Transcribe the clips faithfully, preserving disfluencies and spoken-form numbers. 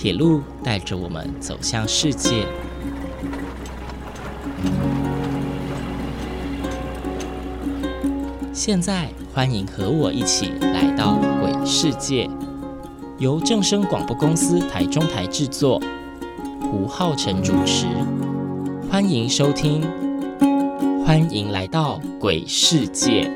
铁路带着我们走向世界。现在，欢迎和我一起来到鬼世界，由正声广播公司台中台制作，胡浩辰主持。欢迎收听，欢迎来到鬼世界。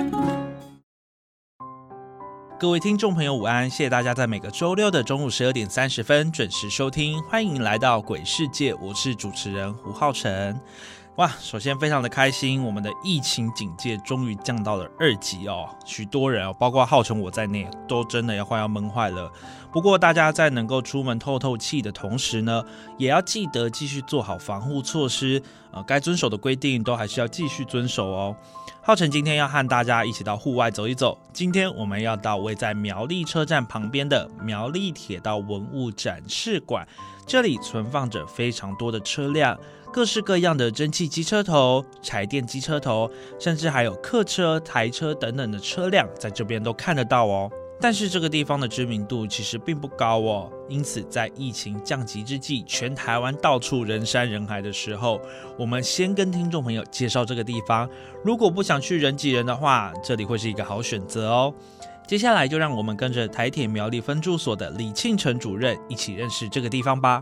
各位听众朋友午安，谢谢大家在每个周六的中午十二点三十分准时收听，欢迎来到鬼世界，我是主持人胡浩辰。哇，首先非常的开心，我们的疫情警戒终于降到了二级哦，许多人哦，包括浩辰我在内，都真的要快要闷坏了。不过大家在能够出门透透气的同时呢，也要记得继续做好防护措施，呃，该遵守的规定都还是要继续遵守哦。浩辰今天要和大家一起到户外走一走，今天我们要到位在苗栗车站旁边的苗栗铁道文物展示馆，这里存放着非常多的车辆，各式各样的蒸汽机车头、柴电机车头，甚至还有客车、台车等等的车辆，在这边都看得到哦。但是这个地方的知名度其实并不高哦，因此在疫情降级之际，全台湾到处人山人海的时候，我们先跟听众朋友介绍这个地方。如果不想去人挤人的话，这里会是一个好选择哦。接下来就让我们跟着台铁苗栗分驻所的李庆成主任一起认识这个地方吧。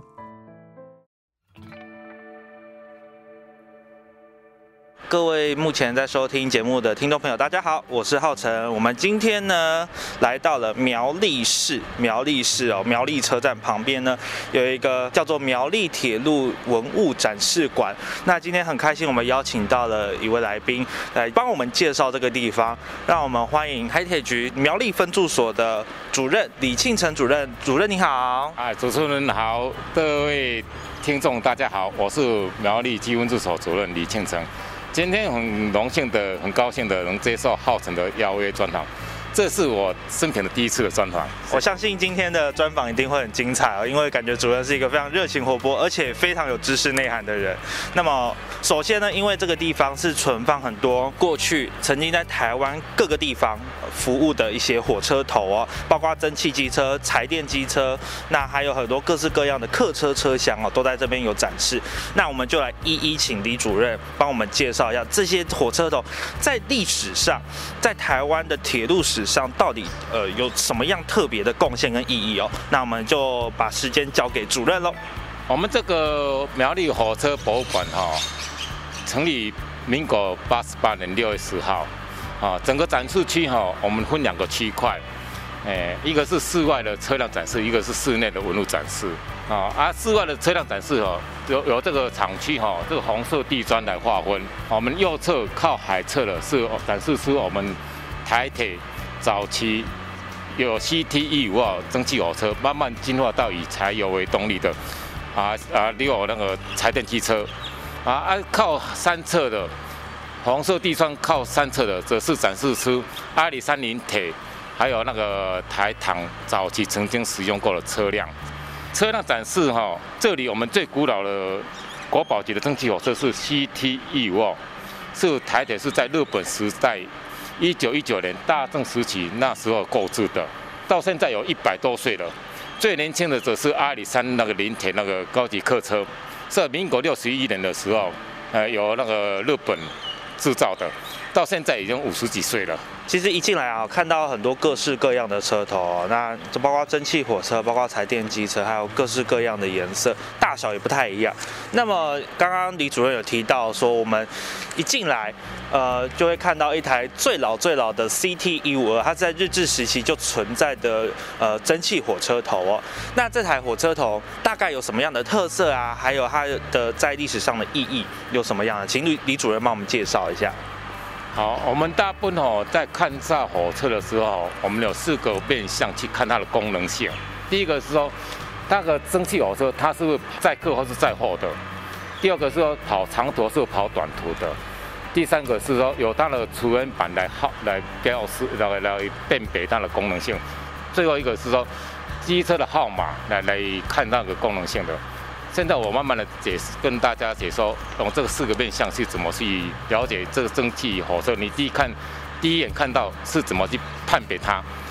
各位目前在收听节目的听众朋友，大家好，我是浩辰。我们今天呢来到了苗栗市，苗栗市哦，苗栗车站旁边呢有一个叫做苗栗铁路文物展示馆。那今天很开心，我们邀请到了一位来宾来帮我们介绍这个地方，让我们欢迎台铁局苗栗分驻所的主任李庆成主任。主任你好。 哎，主持人好，各位听众大家好，我是苗栗基分驻所主任李庆成。今天很荣幸的、很高兴的能接受浩辰的邀约专访，这是我生平的第一次的专访。 我相信今天的专访一定会很精彩哦，因为感觉主任是一个非常热情活泼，而且非常有知识内涵的人。那么，首先呢，因为这个地方是存放很多过去曾经在台湾各个地方服务的一些火车头哦，包括蒸汽机车、柴电机车，那还有很多各式各样的客车车厢哦，都在这边有展示。那我们就来一一请李主任帮我们介绍一下这些火车头在历史上，在台湾的铁路史上到底呃有什么样特别的贡献跟意义哦。那我们就把时间交给主任喽。 我们这个苗栗火车博物馆哈、哦，成立民国八十八年六月十号。啊，整个展示区哈，我们分两个区块，诶，一个是室外的车辆展示，一个是室内的文物展示。啊，啊，室外的车辆展示哈，有有这个厂区哈，这个红色地砖来划分。我们右侧靠海侧的是展示出我们台铁早期有 C T 一五二蒸汽火车，慢慢进化到以柴油为动力的，啊啊，另有那个柴电机车，啊啊，靠山侧的。红色地砖靠山侧的，则是展示出阿里山林铁，还有那个台糖早期曾经使用过的车辆。车辆展示哈，这里我们最古老的国宝级的蒸汽火车是 C T 一五二，是台铁是在日本时代一九一九年大正时期那时候购置的，到现在有一百多岁了。最年轻的则是阿里山那个林铁那个高级客车，是民国六十一年的时候，呃，由那个日本制造的，到现在已经五十几岁了。 其实一进来啊，看到很多各式各样的车头哦，那这包括蒸汽火车，包括柴电机车，还有各式各样的颜色，大小也不太一样。那么刚刚李主任有提到说，我们一进来，呃，就会看到一台最老最老的 C T 一五二，它在日治时期就存在的呃蒸汽火车头哦。那这台火车头大概有什么样的特色啊？还有它的在历史上的意义有什么样的？请李李主任帮我们介绍一下。 好，我们大部分哦，在看这火车的时候，我们有四个面向去看它的功能性。第一个是说，那个蒸汽火车它是不是载客或是载货的？第二个是说跑长途是跑短途的？第三个是说有它的储能板来号来标示来来辨别它的功能性。最后一个是说机车的号码来来看那个功能性的。现在我慢慢的解释，跟大家解说，用这个四个面向是怎么去了解这个蒸汽火车。你第一看，第一眼看到是怎么去判别它。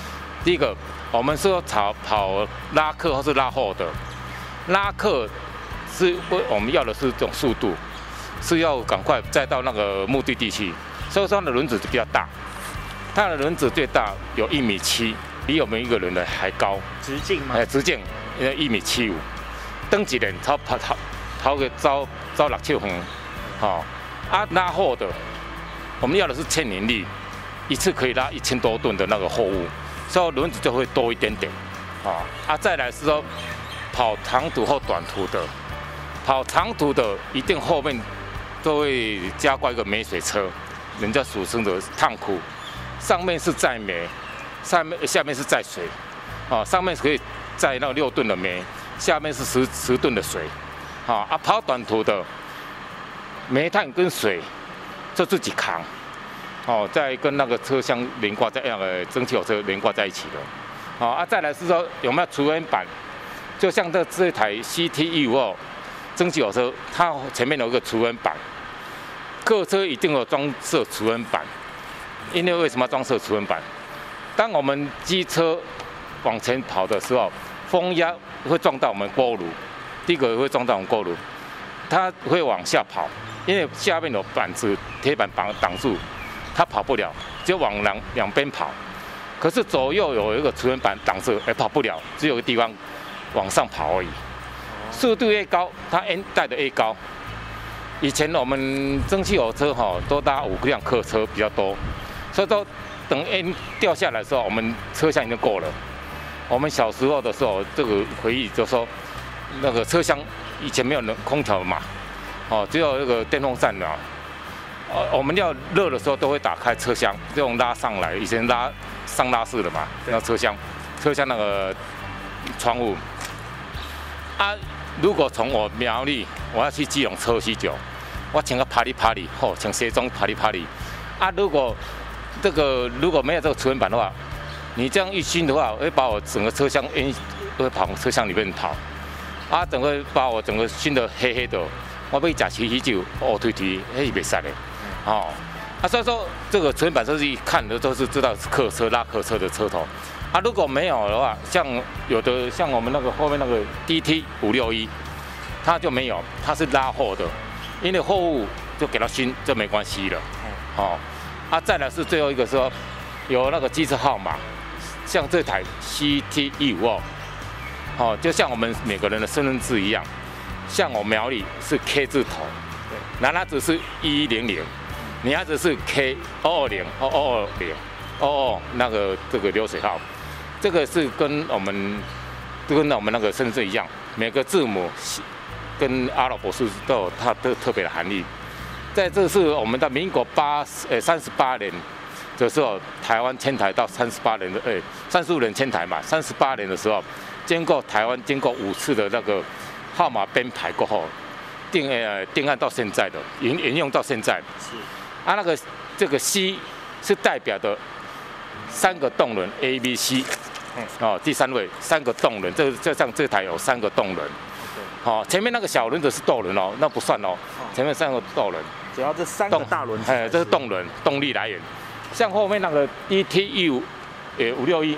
第一个，我们是要跑跑拉客或是拉后的，拉客是我们要的是这种速度，是要赶快再到那个目的地去，所以说它的轮子就比较大，它的轮子最大有一米七，比我们一个人的还高。 直径吗？ 哎，直径呃一米七五，登几人超跑跑跑个招招六七分，好、哦、啊拉货的，我们要的是牵引力，一次可以拉一千多吨的那个货物，所以轮子就会多一点点，啊、哦、啊再来是说跑长途或短途的，跑长途的一定后面都会加挂一个煤水车，人家俗称的烫库，上面是载煤，上面下面是载水。啊，上面可以载那六吨的煤，下面是十十吨的水，啊啊，跑短途的煤炭跟水就自己扛，哦，再跟那个车厢连挂在那个蒸汽火车连挂在一起的，啊啊，再来是说有没有除温板，就像这这台 C T 一五二蒸汽火车，它前面有一个除温板，各车一定有装设除温板，因为为什么要装设除温板？当我们机车往前跑的时候，风压会撞到我们锅炉，第一个会撞到我们锅炉，它会往下跑，因为下面有板子、铁板绑挡住，它跑不了，就往两两边跑。可是左右有一个除温板挡住，也跑不了，只有个地方往上跑而已。速度越高，它 N 带的越高。以前我们蒸汽火车哈都搭五辆客车比较多，所以说等 N 掉下来的时候，我们车厢已经够了。我们小时候的时候，这个回忆就说，那个车厢以前没有空调嘛，哦，只有那个电风扇啊。呃，我们要热的时候都会打开车厢，这种拉上来，以前拉上拉式的嘛，那车厢，车厢那个窗户。啊，如果从我苗栗我要去基隆车喜酒，我穿个啪里啪里，吼，穿西装啪里啪里。啊，如果这个如果没有这个除温板的话，你这样一熏的话，会把我整个车厢烟会跑车厢里面跑，啊，整个把我整个熏得黑黑的。我要吃喜喜酒，哦推推，那是袂使的，哦，啊，所以说这个除温板就是一看的都是知道是客车拉客车的车头，啊，如果没有的话，像有的像我们那个后面那个 D T 五六一，它就没有，它是拉货的，因为货物就给它熏就没关系了，哦，啊，再来是最后一个说有那个机车号码。像这台 C T 一五二，哦，就像我们每个人的身份证一样，像我苗栗是 K 字头，男孩子是一一零零，女孩子是 K 二二零、二二零、二二那个这个流水号，这个是跟我们跟我们那个身份证一样，每个字母跟阿拉伯数字都有它的特别的含义。在这是我们的民国八呃三十八年。的时候，台湾迁台到三十八年的，哎、欸，三十五年迁台嘛，三十八年的时候，经过台湾经过五次的那个号码编排过后，定呃定案到现在的，沿沿用到现在。是。啊，那个这个 C 是代表的三个动轮 A、B、C， 哦，第三位三个动轮，这就像这台有三个动轮。好、哦，前面那个小轮子是动轮哦，那不算哦，前面三个动轮。 主要这三个大轮子。 哎，这是动轮，动力来源。像后面那个 D T 一五，呃五六一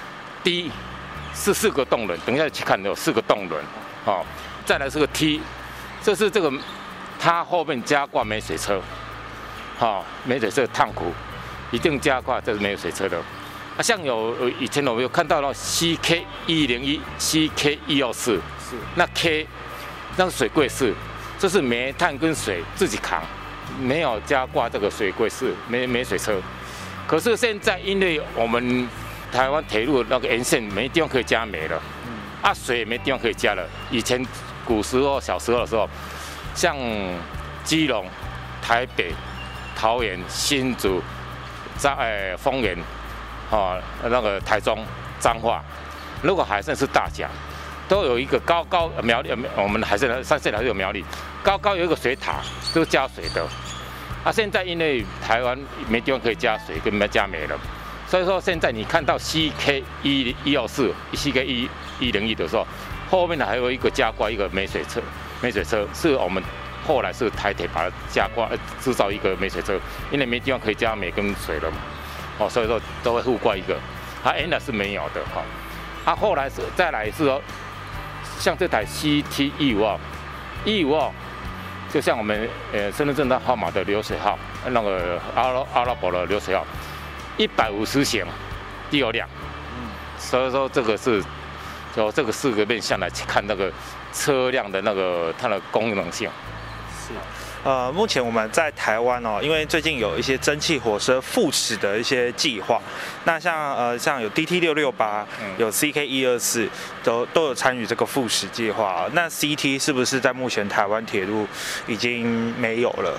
D 是四个动轮，等一下去看有四个动轮，哦，再来是个 T， 这是这个它后面加挂煤水车，好、哦，煤水车烫库一定加挂，这是煤水车的。啊，像有以前我们有看到了 C K 一零一、C K 一二四，是那 K 那个水柜式，这是煤炭跟水自己扛，没有加挂这个水柜式煤煤水车。可是现在，因为我们台湾铁路那个沿线没地方可以加煤了，啊，水也没地方可以加了。以前古时候小时候的时候，像基隆、台北、桃园、新竹、彰诶丰原，哦，那个台中、彰化，如果海线是大甲，都有一个高高苗栗，我们海线山线还是有苗栗，高高有一个水塔，都是加水的。啊，现在因为台湾没地方可以加水，跟没加煤了，所以说现在你看到 C K 一一二四、C K 一一零一的时候，后面呢还有一个加挂一个煤水车，煤水车是我们后来是台铁把它加挂，制造一个煤水车，因为没地方可以加煤跟水了嘛，哦，所以说都会互挂一个。 啊，原来是没有的哈。啊，后来是再来是说，像这台 C T 一五二，一五二就像我们呃身份证的号码的流水号，那个阿拉阿拉伯的流水号，一百五十型，低油量。嗯，所以说这个是，就这个四个面向来看那个车辆的那个它的功能性。 是。呃，目前我们在台湾哦，因为最近有一些蒸汽火车复驶的一些计划，那像呃像有 D T 六六八，有 C K 一二四，都都有参与这个复驶计划。那 C T 是不是在目前台湾铁路已经没有了？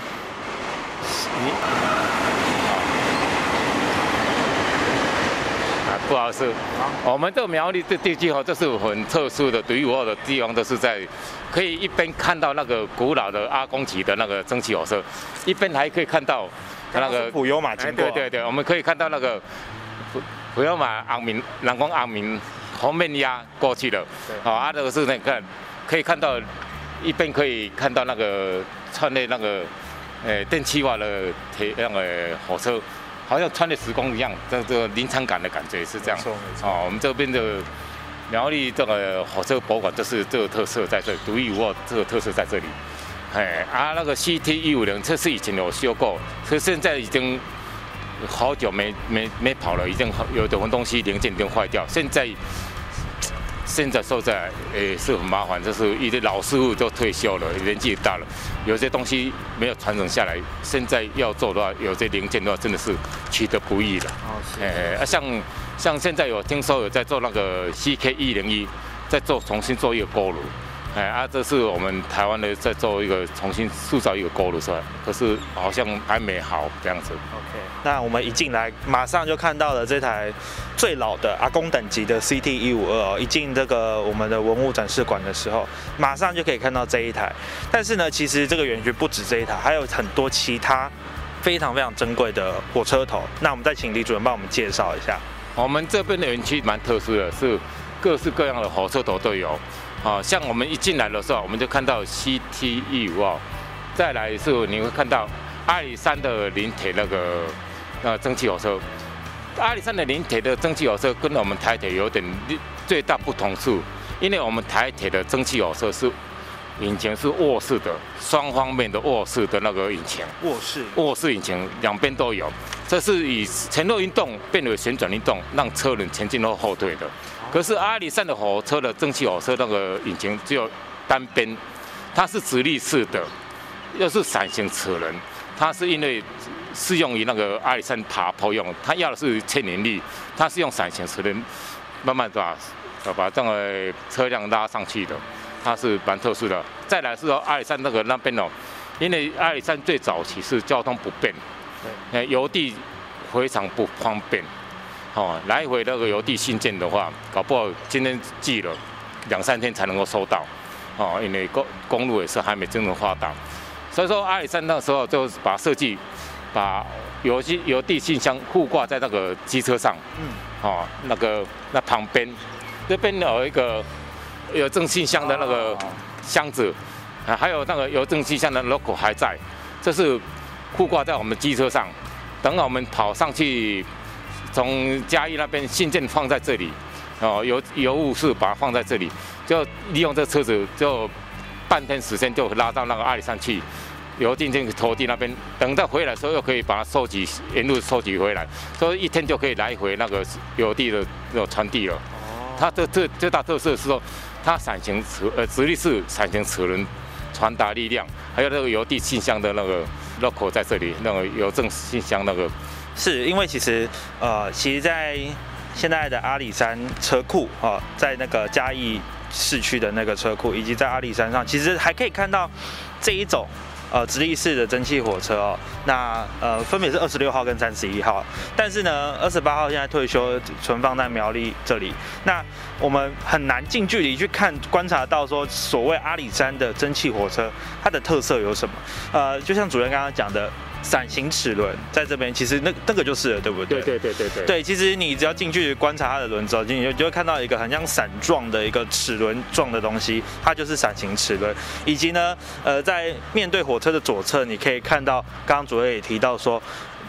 不好意思，我们这个苗栗的地区哈，这是很特殊的独一无二的地方，都是在可以一边看到那个古老的阿公旗的那个蒸汽火车，一边还可以看到那个普悠玛经过。 对对对，我们可以看到那个普普悠玛昂明南光昂明后面压过去了。好，啊，这个是那个可以看到，一边可以看到那个穿的那个呃电气化的铁那个火车。好像穿越时光一样，这这个临场感的感觉是这样。哦，我们这边的苗栗这个火车博物馆，就是这个特色在这里，独一无二，这个特色在这里。哎，啊，那个 C T 一五零，这是以前有修过，可是现在已经好久没没没跑了，已经有的东西零件已经坏掉。现在现在说在诶是很麻烦，就是一些老师傅都退休了，年纪也大了，有些东西没有传承下来。现在要做的话，有些零件的话，真的是取得不易了。哦，是。诶，啊，像像现在有听说有在做那个 C K 一零一，在做重新做一个锅炉。哎啊，这是我们台湾的在做一个重新塑造一个锅炉出来，可是好像还没好这样子。 OK， 那我们一进来马上就看到了这台最老的阿公等级的 C T 一五二哦，一进这个我们的文物展示馆的时候，马上就可以看到这一台。但是呢，其实这个园区不止这一台，还有很多其他非常非常珍贵的火车头。那我们再请李主任帮我们介绍一下。 我们这边的园区蛮特殊的，是各式各样的火车头都有。啊，像我们一进来的时候，我们就看到 C T 一五二，再来是你会看到阿里山的林铁那个呃蒸汽火车。阿里山的林铁的蒸汽火车跟我们台铁有点最大不同处，因为我们台铁的蒸汽火车是引擎是卧式的，双方面的卧式的那个引擎。 卧式。 卧式引擎两边都有，这是以前后运动变为旋转运动，让车轮前进或后退的。可是阿里山的火车的蒸汽火车那个引擎只有单边，它是直立式的，又是伞形齿轮，它是因为适用于那个阿里山爬坡用，它要的是牵引力，它是用伞形齿轮慢慢把把这个车辆拉上去的，它是蛮特殊的。再来是说阿里山那个那边哦，因为阿里山最早期是交通不便，呃，邮递非常不方便。哦，来回那个邮递信件的话，搞不好今天寄了两三天才能够收到。哦，因为公公路也是还没真正发达，所以说阿里山那时候就把设计，把邮寄邮递信箱互挂在那个机车上。嗯。哦，那个那旁边这边有一个邮政信箱的那个箱子，啊，还有那个邮政信箱的 logo 还在，这是互挂在我们机车上。等我们跑上去。从嘉义那边信件放在这里，哦，邮邮务室把它放在这里，就利用这车子，就半天时间就拉到那个阿里山去，邮进这个投递那边，等到回来的时候又可以把它收集，沿路收集回来，所以一天就可以来回那个邮递的那种传递了。它这这最大特色是说，它伞形齿呃直立式伞形齿轮传达力量，还有那个邮递信箱的那个 logo 在这里，那个邮政信箱那个。 是因为其实呃，其实，在现在的阿里山车库啊、呃，在那个嘉义市区的那个车库，以及在阿里山上，其实还可以看到这一种呃直立式的蒸汽火车哦。那呃分别是二十六号跟三十一号，但是呢，二十八号现在退休，存放在苗栗这里。那我们很难近距离去看观察到说，所谓阿里山的蒸汽火车它的特色有什么？呃，就像主任刚刚讲的。伞形齿轮在这边，其实那那个就是了，对不对？ 对对对对对。 对，其实你只要近距离观察它的轮子，你就就会看到一个很像伞状的一个齿轮状的东西，它就是伞形齿轮。以及呢，呃，在面对火车的左侧，你可以看到，刚刚主任也提到说，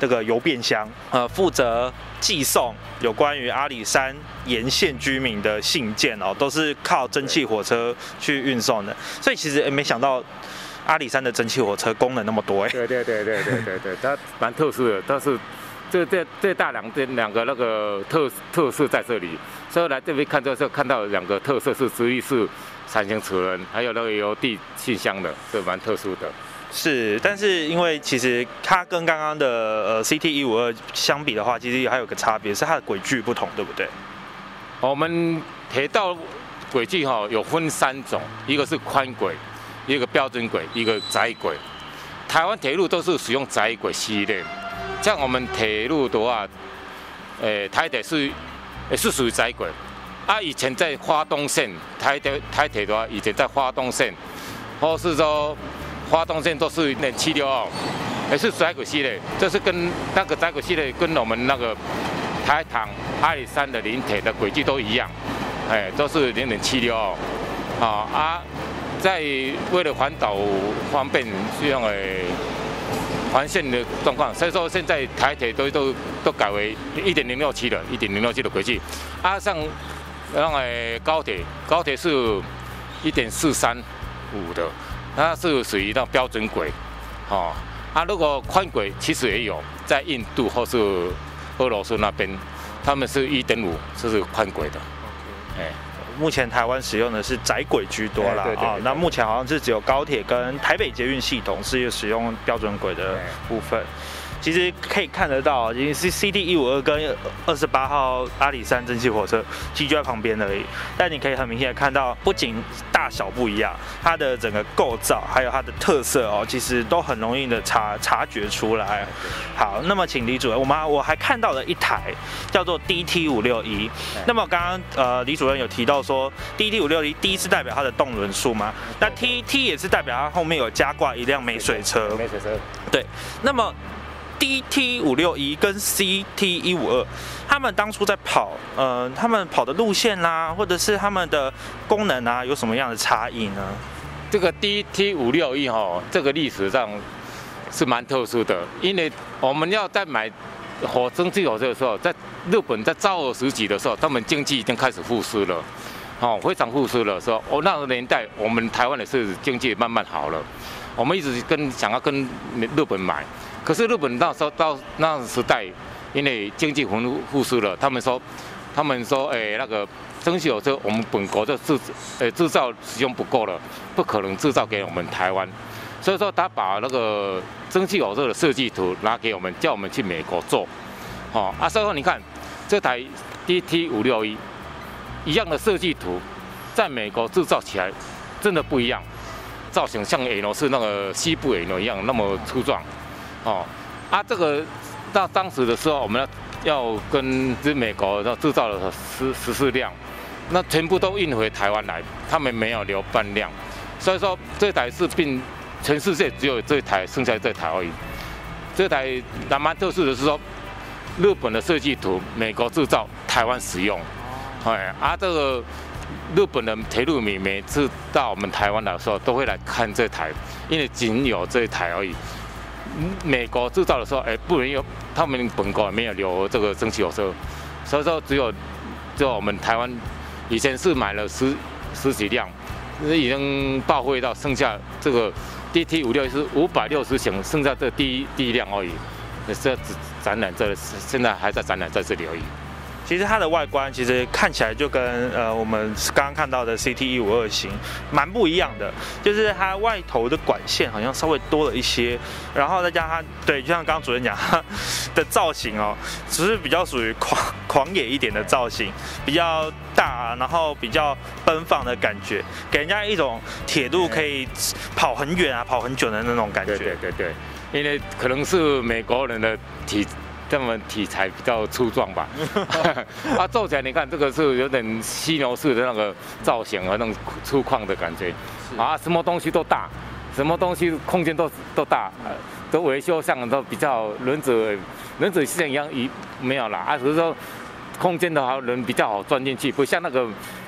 这个邮便箱，呃，负责寄送有关于阿里山沿线居民的信件哦，都是靠蒸汽火车去运送的。所以其实诶没想到阿里山的蒸汽火车功能那么多哎。 对对对对对对对，它蛮特殊的，但是这这这大两这两个那个特特色在这里，所以来这边看的时候看到两个特色是直立式三型齿轮，还有那个邮递信箱的，这蛮特殊的。 是，但是因为其实它跟刚刚的呃 C T 一五二相比的话，其实还有个差别，是它的轨距不同，对不对？ 我们铁道轨距哈有分三种，一个是宽轨，一个标准轨，一个窄轨。台湾铁路都是使用窄轨系列，像我们铁路的话，呃，台铁是也是属于窄轨。啊，以前在花东线，台铁台铁的话，以前在花东线，或是说。花东线都是零点七六二，也是窄轨系列，这是跟那个窄轨系列跟我们那个台糖阿里山的林铁的轨距都一样，哎，都是零点七六二，啊啊，在为了环岛方便这样的环线的状况，所以说现在台铁都都都改为一点零六七的一点零六七的轨距，啊，像那个高铁，高铁是一点四三五的。它是属于那标准轨，哦，啊，如果宽轨其实也有，在印度或是俄罗斯那边，他们是一点五，这是宽轨的。哎， 目前台湾使用的是窄轨居多啦，啊，那目前好像是只有高铁跟台北捷运系统是使用标准轨的部分。其实可以看得到，已经是 C T 一五二跟二十八号阿里山蒸汽火车其实就在旁边而已。但你可以很明显的看到，不仅大小不一样，它的整个构造还有它的特色哦，其实都很容易的察察觉出来。好，那么请李主任，我们我还看到了一台叫做 D T 五六一。那么刚刚呃李主任有提到说 D T 五六一 D 是代表它的动轮数吗？那 T T 也是代表它后面有加挂一辆美水车。 美水车。 对，那么。D T 五六一跟 C T 一五二，他们当初在跑，呃，他们跑的路线啦，或者是他们的功能啊，有什么样的差异呢？ 这个 D T 五六一哈，这个历史上是蛮特殊的，因为我们要在买火蒸汽火车的时候，在日本在昭和时期的时候，他们经济已经开始复苏了，哦，非常复苏了。说哦，那个年代我们台湾也是经济慢慢好了，我们一直跟想要跟日本买。可是日本那时候到那个时代，因为经济复复苏了，他们说，他们说，哎、欸，那个蒸汽火车我们本国的制，呃、欸、制造使用不够了，不可能制造给我们台湾，所以说他把那个蒸汽火车的设计图拿给我们，叫我们去美国做，哦啊，所以说你看这台 D T 五六一一样的设计图，在美国制造起来真的不一样，造型像 L 是那个西部 L 一样那么粗壮。哦，啊，这个到当时的时候，我们要要跟这美国要制造了十十四辆，那全部都运回台湾来，他们没有留半辆，所以说这台是并全世界只有这台剩下这台而已。这台还蛮特殊的是说，日本的设计图，美国制造，台湾使用。哎，啊，这个日本的铁路迷每次到我们台湾来的时候，都会来看这台，因为仅有这一台而已。美国制造的时候，哎，不能有，他们本国没有留这个蒸汽火车，所以说只有只有我们台湾以前是买了十十几辆，已经报废到剩下这个 D T 五六是五百六十型，剩下这第一第一辆而已，这展览这现在还在展览在这里而已。 其实它的外观其实看起来就跟呃我们刚刚看到的 C T 一五二型蛮不一样的，就是它外头的管线好像稍微多了一些，然后再加上它对，就像刚刚主任讲，它的造型哦，只是比较属于狂狂野一点的造型，比较大，然后比较奔放的感觉，给人家一种铁路可以跑很远啊、跑很久的那种感觉。 对对对对，因为可能是美国人的体。他们体裁比较粗壮吧，啊，做起来你看这个是有点犀牛式的那个造型和那种粗犷的感觉，啊，什么东西都大，什么东西空间都都大，都维修上都比较轮子轮子像一样一没有啦，啊，只是说空间的话人比较好钻进去，不像那个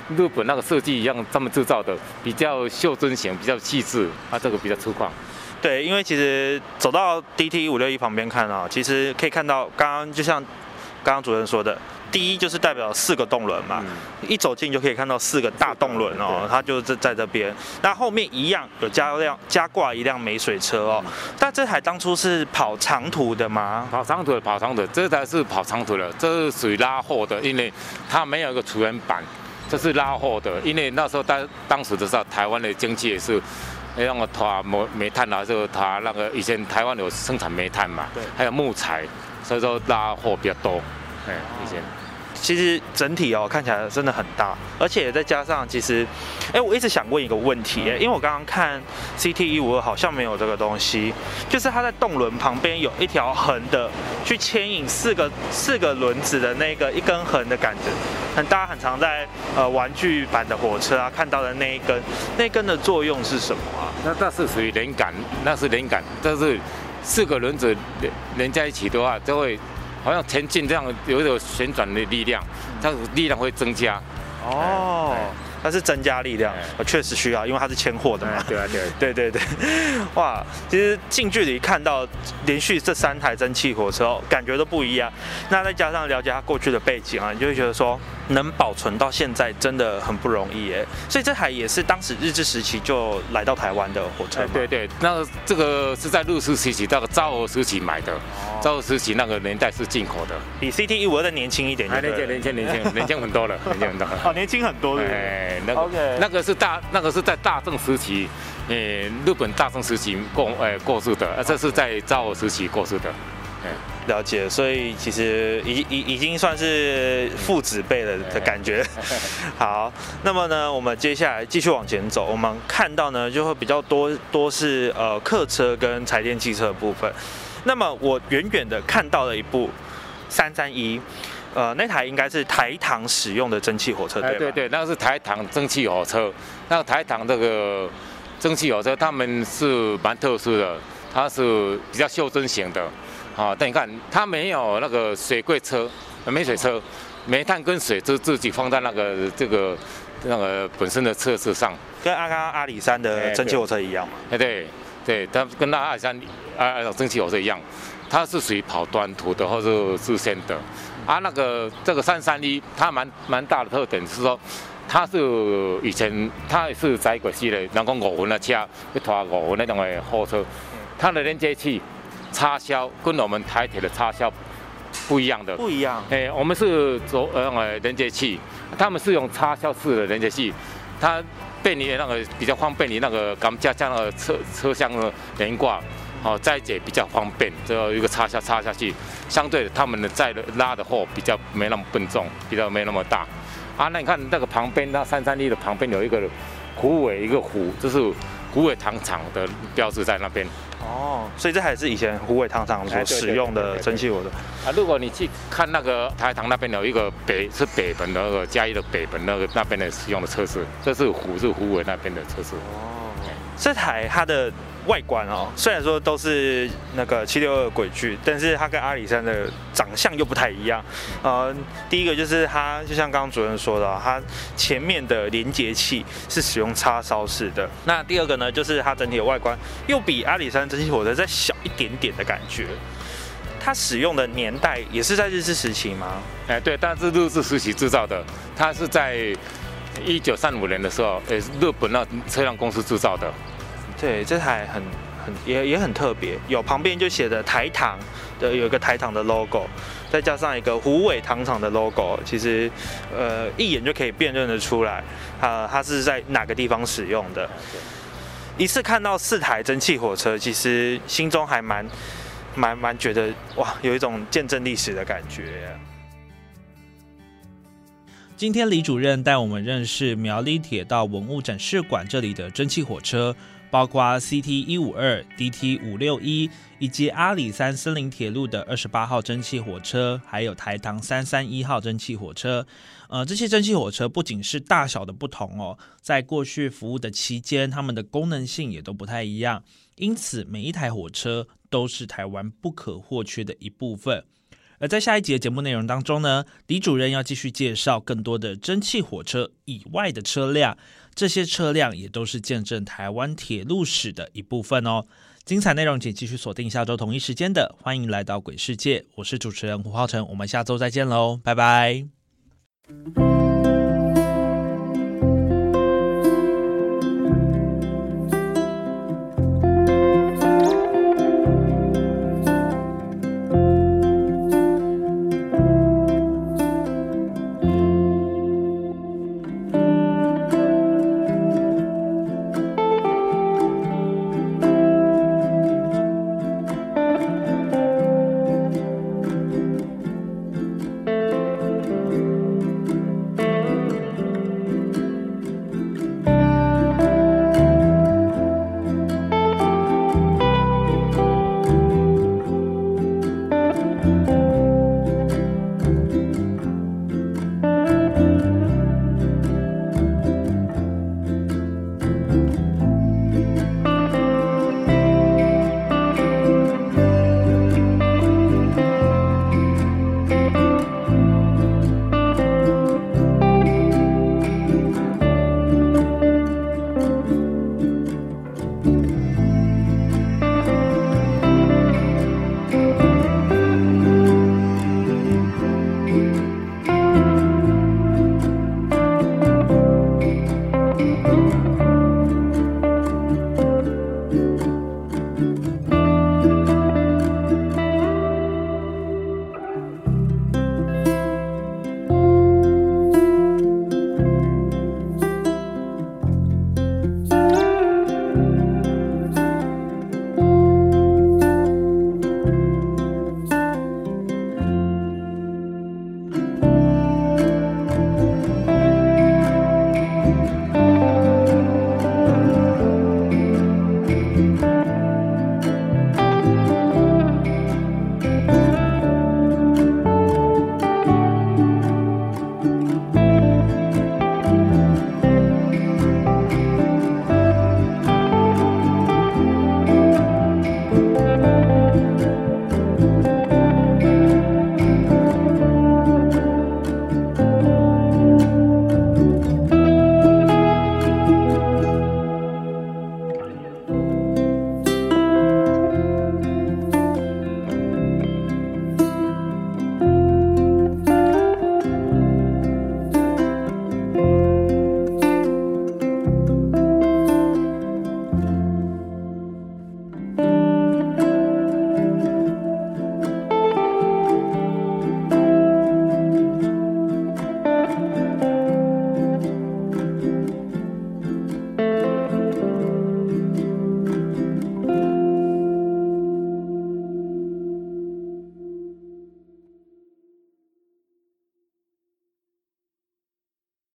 日本那个设计一样，他们制造的比较袖珍型，比较细致，啊，这个比较粗犷。 对，因为其实走到 D T 一五六一旁边看啊，其实可以看到，刚刚就像刚刚主任说的，第一就是代表四个动轮嘛，嗯、一走近就可以看到四个大动轮哦，它就在在这边。那后面一样有加辆加挂一辆美水车哦，嗯、但这台当初是跑长途的吗？ 跑长途的，跑长途，这台是跑长途的，这是属于拉货的，因为它没有一个储能板，这是拉货的，因为那时候当当时的时候，台湾的经济也是。那个拖煤煤炭啊，就它那个以前台湾有生产煤炭嘛，对，还有木材，所以说拉货比较多。哎，以前其实整体哦看起来真的很大，而且再加上其实，哎，我一直想问一个问题，因为我刚刚看 C T 一五二好像没有这个东西，就是它在动轮旁边有一条横的，去牵引四个四个轮子的那个一根横的杆子。很大家很常在呃玩具版的火车啊看到的那一根，那一根的作用是什么啊？ 那那是属于连杆，那是连杆，但是四个轮子连连在一起的话，就会好像前进这样有一种旋转的力量，它力量会增加。 哦。它是增加力量，确实需要，因为它是牵货的嘛。 对啊，对对对对，哇！其实近距离看到连续这三台蒸汽火车，感觉都不一样。那再加上了解它过去的背景啊，你就会觉得说，能保存到现在真的很不容易耶。所以这台也是当时日治时期就来到台湾的火车。 对对，那这个是在日治时期，那个昭和时期买的，昭和时期那个年代是进口的， 比 C T 一五二的年轻一点。 年轻年轻年轻年轻很多了，年轻很多。 哦，年轻很多了。 哎。那个 Okay. 那个是大，那个是在大正时期，呃，日本大正时期过，呃，过世的，这是在昭和时期过世的， 了解，所以其实已已已经算是父子辈了的感觉。好，那么呢，我们接下来继续往前走，我们看到呢就会比较多多是呃客车跟柴电汽车的部分。那么我远远的看到了一部三三一。呃，那台应该是台糖使用的蒸汽火车，对吧？ 对对，那个是台糖蒸汽火车。那个台糖这个蒸汽火车，他们是蛮特殊的，它是比较袖珍型的。啊，但你看，它没有那个水柜车、煤水车，煤炭跟水就自己放在那个这个那个本身的车子上， 跟阿刚阿里山的蒸汽火车一样嘛？ 哎，对对，它跟那阿里山啊蒸汽火车一样，它是属于跑短途的或者支线的。啊，那个这个三三一，它蛮蛮大的特点是说，它是以前它也是载过系的，人讲五轮的车，去拖五轮那种的货车，它的连接器插销跟我们台铁的插销不一样的。 不一样。 哎、欸，我们是走呃连接器，他们是用插销式的连接器，它便于那个比较方便你那个钢架像那个车车厢的连挂。哦，载解比较方便，只有一个插销插下去，相对他们的载的拉的货比较没那么笨重，比较没那么大。啊，那你看那个旁边，那三三一的旁边有一个虎尾一个虎，就是虎尾糖厂的标志在那边。 哦，所以这还是以前虎尾糖厂所使用的蒸汽火车。 啊，如果你去看那个台糖那边有一个北是北本的那个嘉义的北本那个那边的使用的车子，这是虎是虎尾那边的车子。 哦，这台它的外观哦，虽然说都是那个七六二轨距，但是它跟阿里山的长相又不太一样。呃，第一个就是它，就像刚刚主任说的，它前面的连接器是使用插烧式的。那第二个呢，就是它整体的外观又比阿里山蒸汽火车再小一点点的感觉。它使用的年代也是在日治时期吗？ 哎，对，但是日治时期制造的，它是在一九三五年的时候，也是日本那车辆公司制造的。 对，这台很很也也很特别，有旁边就写的台糖的有一个台糖的 logo， 再加上一个虎尾糖厂的 logo， 其实呃一眼就可以辨认得出来，啊，它是在哪个地方使用的。一次看到四台蒸汽火车，其实心中还蛮蛮蛮觉得哇，有一种见证历史的感觉。 今天李主任带我们认识苗栗铁道文物展示馆这里的蒸汽火车，包括 C T 一五二、D T 五六一 以及阿里山森林铁路的二十八号蒸汽火车，还有台糖三三一号蒸汽火车。呃，这些蒸汽火车不仅是大小的不同哦，在过去服务的期间，它们的功能性也都不太一样，因此每一台火车都是台湾不可或缺的一部分。 而在下一集的节目内容当中呢，李主任要继续介绍更多的蒸汽火车以外的车辆，这些车辆也都是见证台湾铁路史的一部分哦。精彩内容请继续锁定下周同一时间的欢迎来到鬼世界，我是主持人胡浩成，我们下周再见喽，拜拜。